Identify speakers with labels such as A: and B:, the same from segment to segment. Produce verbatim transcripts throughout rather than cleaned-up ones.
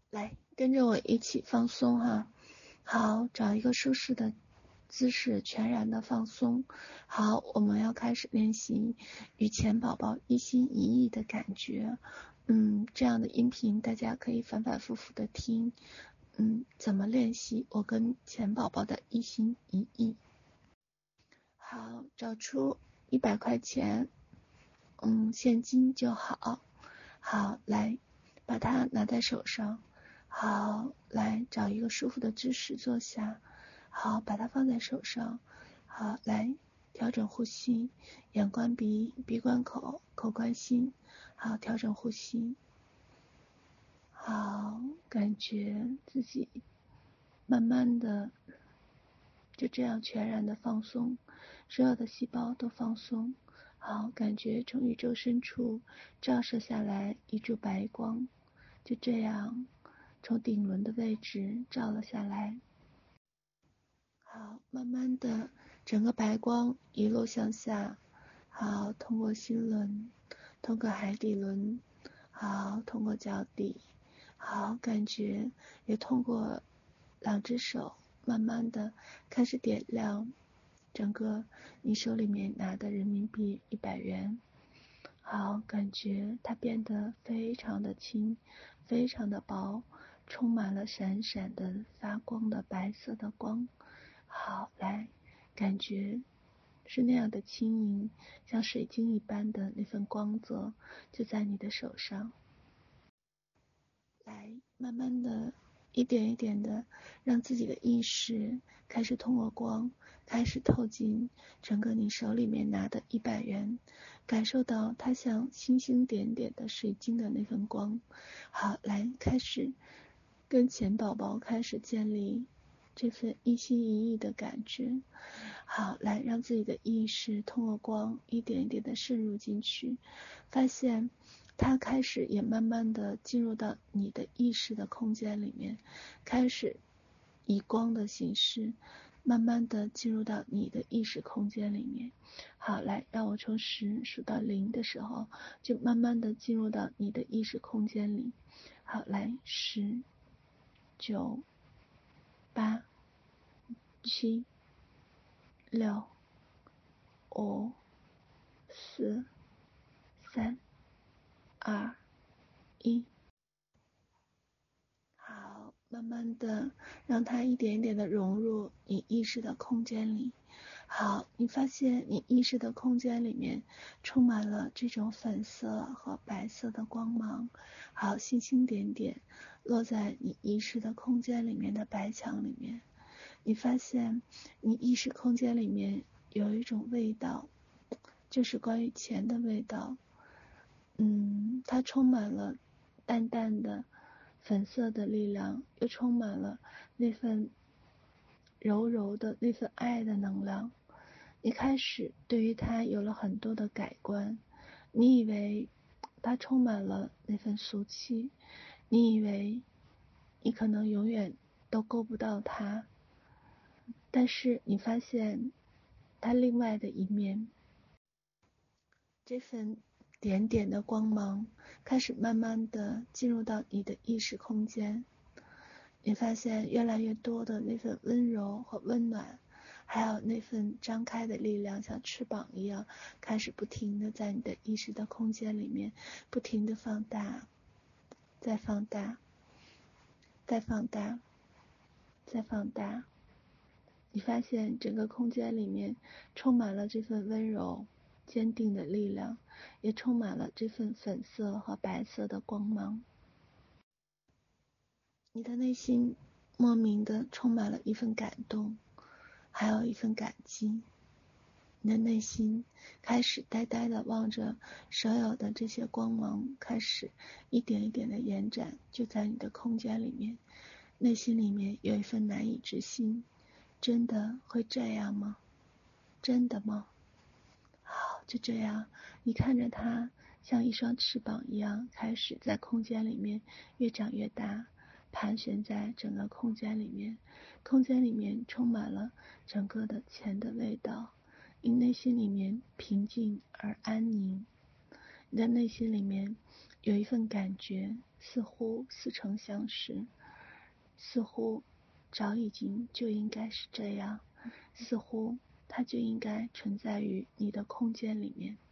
A: 来，跟着我一起放松哈。好，找一个舒适的姿势，全然的放松。好，我们要开始练习与钱宝宝一心一意的感觉。嗯，这样的音频大家可以反反复复的听。嗯，怎么练习我跟钱宝宝的一心一意？好，找出一百块钱，嗯，现金就好。好，来，把它拿在手上。好，来找一个舒服的姿势坐下。好，把它放在手上。好，来调整呼吸，眼观鼻，鼻观口，口观心。好，调整呼吸。好，感觉自己慢慢的就这样全然的放松，所有的细胞都放松。好，感觉从宇宙深处照射下来一束白光，就这样从顶轮的位置照了下来。好，慢慢的整个白光一路向下。好，通过心轮，通过海底轮，好，通过脚底，好，感觉也通过两只手慢慢的开始点亮整个你手里面拿的人民币一百元。好，感觉它变得非常的轻，非常的薄，充满了闪闪的发光的白色的光。好，来，感觉是那样的轻盈，像水晶一般的那份光泽就在你的手上。来，慢慢的一点一点的让自己的意识开始通过光开始透进整个你手里面拿的一百元，感受到它像星星点点的水晶的那份光。好，来开始跟钱宝宝开始建立这份一心一意的感觉。好，来让自己的意识通过光一点一点的渗入进去，发现它开始也慢慢的进入到你的意识的空间里面，开始以光的形式慢慢的进入到你的意识空间里面。好，来让我从十数到零的时候，就慢慢的进入到你的意识空间里。好，来十、九、八、七、六、五、四、三、二、一。好，慢慢的让它一点一点的融入你意识的空间里。好，你发现你意识的空间里面充满了这种粉色和白色的光芒。好，星星点点落在你意识的空间里面的白墙里面。你发现你意识空间里面有一种味道，就是关于钱的味道。嗯，它充满了淡淡的粉色的力量，又充满了那份柔柔的那份爱的能量。你开始对于它有了很多的改观。你以为它充满了那份俗气，你以为你可能永远都够不到它，但是你发现它另外的一面，这份点点的光芒开始慢慢的进入到你的意识空间。你发现越来越多的那份温柔和温暖，还有那份张开的力量，像翅膀一样开始不停的在你的意识的空间里面不停的放大，再放大，再放大，再放大。你发现整个空间里面充满了这份温柔坚定的力量，也充满了这份粉色和白色的光芒。你的内心莫名的充满了一份感动，还有一份感激。你的内心开始呆呆的望着所有的这些光芒开始一点一点的延展，就在你的空间里面。内心里面有一份难以置信，真的会这样吗？真的吗？好，就这样，你看着它像一双翅膀一样开始在空间里面越长越大，盘旋在整个空间里面。空间里面充满了整个的钱的味道，你内心里面平静而安宁。你的内心里面有一份感觉， 似乎似曾相识，似乎早已经就应该是这样，似乎它就应该存在于你的空间里面，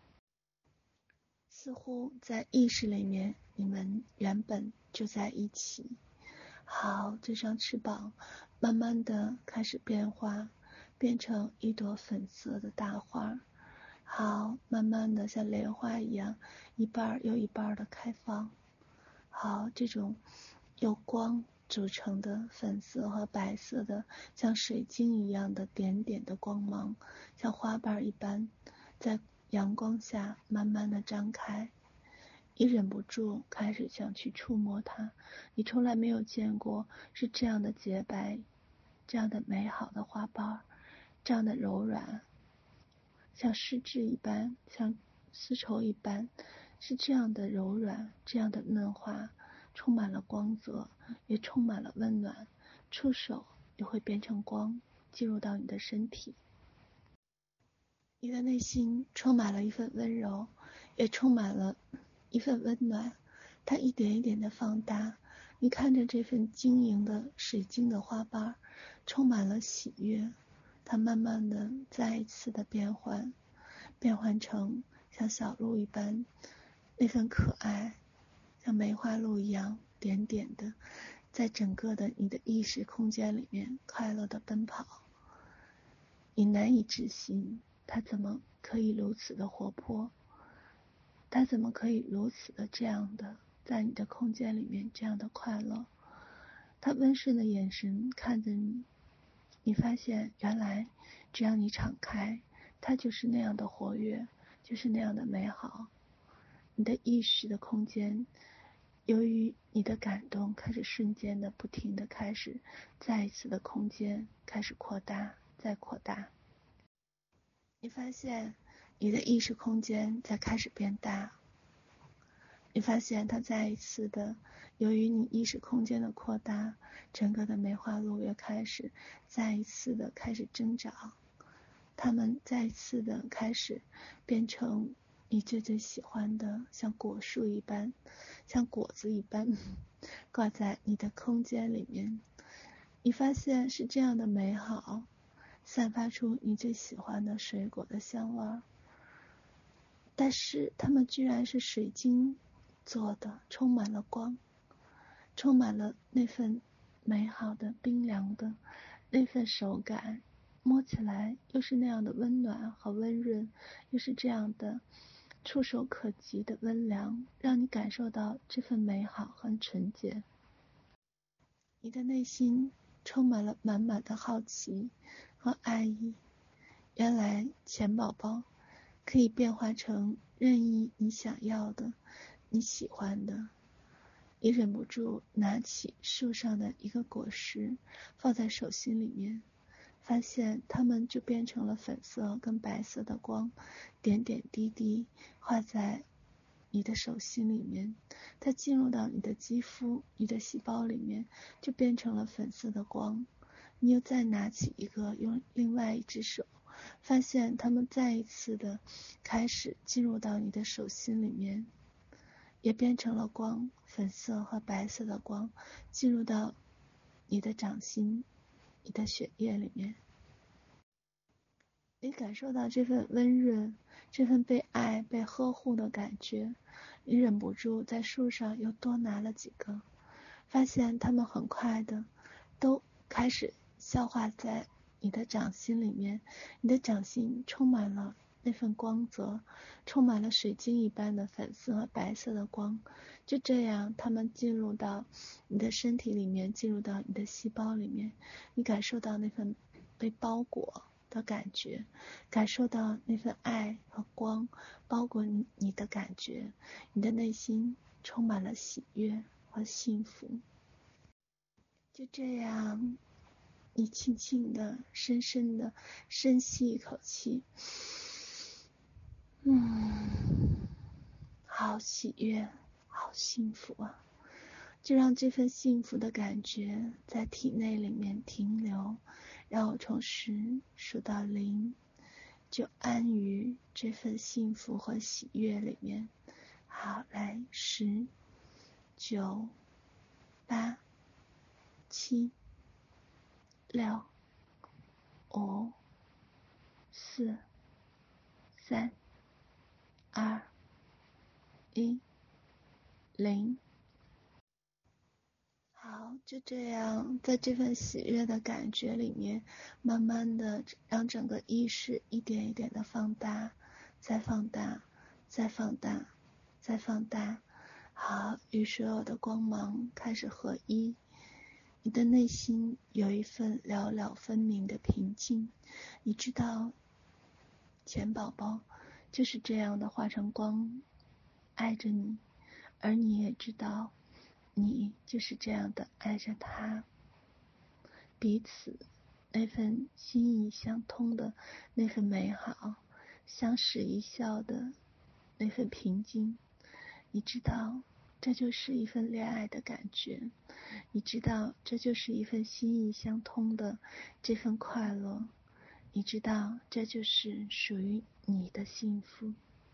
A: 似乎在意识里面你们原本就在一起。好，这双翅膀慢慢的开始变化，变成一朵粉色的大花。好，慢慢的像莲花一样，一半又一半的开放。好，这种由光组成的粉色和白色的像水晶一样的点点的光芒，像花瓣一般在阳光下慢慢的张开。你忍不住开始想去触摸它，你从来没有见过是这样的洁白，这样的美好的花瓣，这样的柔软，像丝质一般，像丝绸一般，是这样的柔软，这样的嫩滑，充满了光泽，也充满了温暖，触手也会变成光，进入到你的身体。你的内心充满了一份温柔，也充满了一份温暖，它一点一点的放大。你看着这份晶莹的水晶的花瓣，充满了喜悦，它慢慢的再一次的变换，变换成像小鹿一般那份可爱，像梅花鹿一样点点的，在整个的你的意识空间里面快乐的奔跑。你难以置信，它怎么可以如此的活泼，它怎么可以如此的这样的在你的空间里面这样的快乐。它温顺的眼神看着你，你发现原来只要你敞开，它就是那样的活跃，就是那样的美好。你的意识的空间由于你的感动开始瞬间的不停的开始再一次的空间开始扩大再扩大。你发现你的意识空间在开始变大，你发现它再一次的，由于你意识空间的扩大，整个的梅花鹿也开始再一次的开始增长，它们再一次的开始变成你最最喜欢的，像果树一般，像果子一般挂在你的空间里面。你发现是这样的美好，散发出你最喜欢的水果的香味，但是它们居然是水晶做的，充满了光，充满了那份美好的冰凉的那份手感，摸起来又是那样的温暖和温润，又是这样的触手可及的温凉，让你感受到这份美好和纯洁。你的内心充满了满满的好奇和爱意。原来钱宝宝可以变化成任意你想要的，你喜欢的。你忍不住拿起树上的一个果实，放在手心里面，发现它们就变成了粉色跟白色的光，点点滴滴画在你的手心里面，它进入到你的肌肤、你的细胞里面，就变成了粉色的光。你又再拿起一个，用另外一只手，发现它们再一次的开始进入到你的手心里面，也变成了光，粉色和白色的光进入到你的掌心、你的血液里面。你感受到这份温润，这份被爱、被呵护的感觉，你忍不住在树上又多拿了几个，发现它们很快的都开始消化在你的掌心里面，你的掌心充满了那份光泽，充满了水晶一般的粉色和白色的光。就这样，它们进入到你的身体里面，进入到你的细胞里面，你感受到那份被包裹的感觉，感受到那份爱和光包裹你你的感觉，你的内心充满了喜悦和幸福。就这样，你轻轻的、深深的深吸一口气，嗯，好喜悦，好幸福啊！就让这份幸福的感觉在体内里面停留，让我从十数到零，就安于这份幸福和喜悦里面。好，来，十、 九、八、七、六、五、四、三、二、一、零。好，就这样，在这份喜悦的感觉里面，慢慢的让整个意识一点一点的放大，再放大，再放大，再放大。好，与所有的光芒开始合一。你的内心有一份了了分明的平静，你知道，钱宝宝就是这样的化成光，爱着你，而你也知道。你就是这样的爱着他，彼此那份心意相通的那份美好，相视一笑的那份平静，你知道这就是一份恋爱的感觉，你知道这就是一份心意相通的这份快乐，你知道这就是属于你的幸福。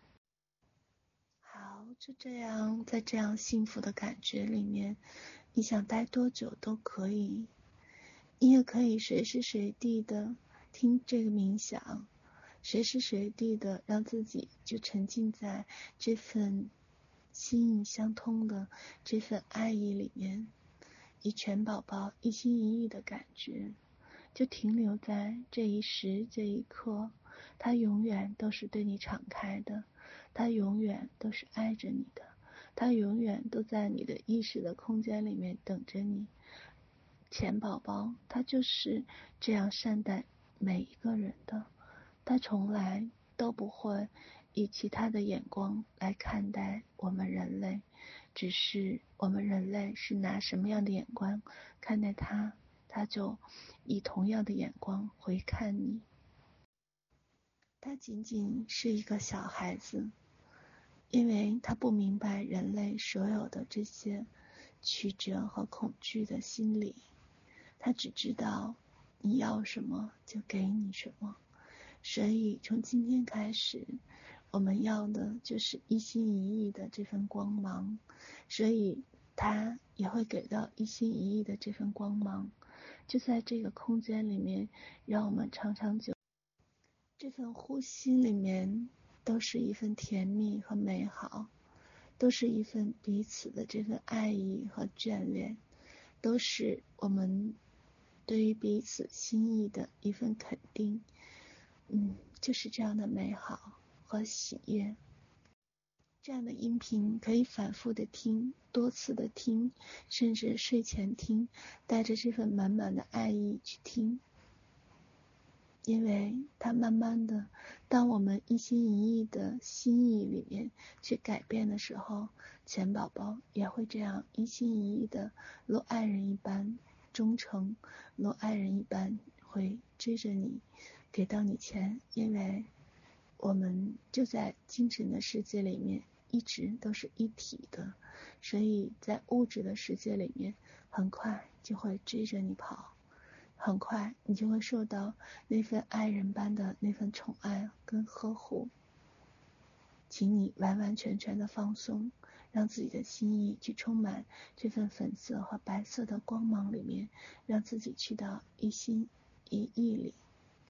A: 好，就这样，在这样幸福的感觉里面，你想待多久都可以，你也可以随时随地的听这个冥想，随时随地的让自己就沉浸在这份心意相通的这份爱意里面，以全宝宝一心一意的感觉，就停留在这一时这一刻，它永远都是对你敞开的，它永远都是爱着你的，它永远都在你的意识的空间里面等着你。钱宝宝他就是这样善待每一个人的，他从来都不会以其他的眼光来看待我们人类，只是我们人类是拿什么样的眼光看待他，他就以同样的眼光回看你。他仅仅是一个小孩子，因为他不明白人类所有的这些曲折和恐惧的心理，他只知道你要什么就给你什么。所以从今天开始，我们要的就是一心一意的这份光芒，所以他也会给到一心一意的这份光芒，就在这个空间里面，让我们长长久这份呼吸里面都是一份甜蜜和美好，都是一份彼此的这份爱意和眷恋，都是我们对于彼此心意的一份肯定。嗯，就是这样的美好和喜悦。这样的音频可以反复的听，多次的听，甚至睡前听，带着这份满满的爱意去听。因为它慢慢的，当我们一心一意的心意里面去改变的时候，钱宝宝也会这样一心一意的如爱人一般忠诚，如爱人一般会追着你，给到你钱。因为我们就在精神的世界里面一直都是一体的，所以在物质的世界里面很快就会追着你跑，很快你就会受到那份爱人般的那份宠爱跟呵护。请你完完全全的放松，让自己的心意去充满这份粉色和白色的光芒里面，让自己去到一心一意里。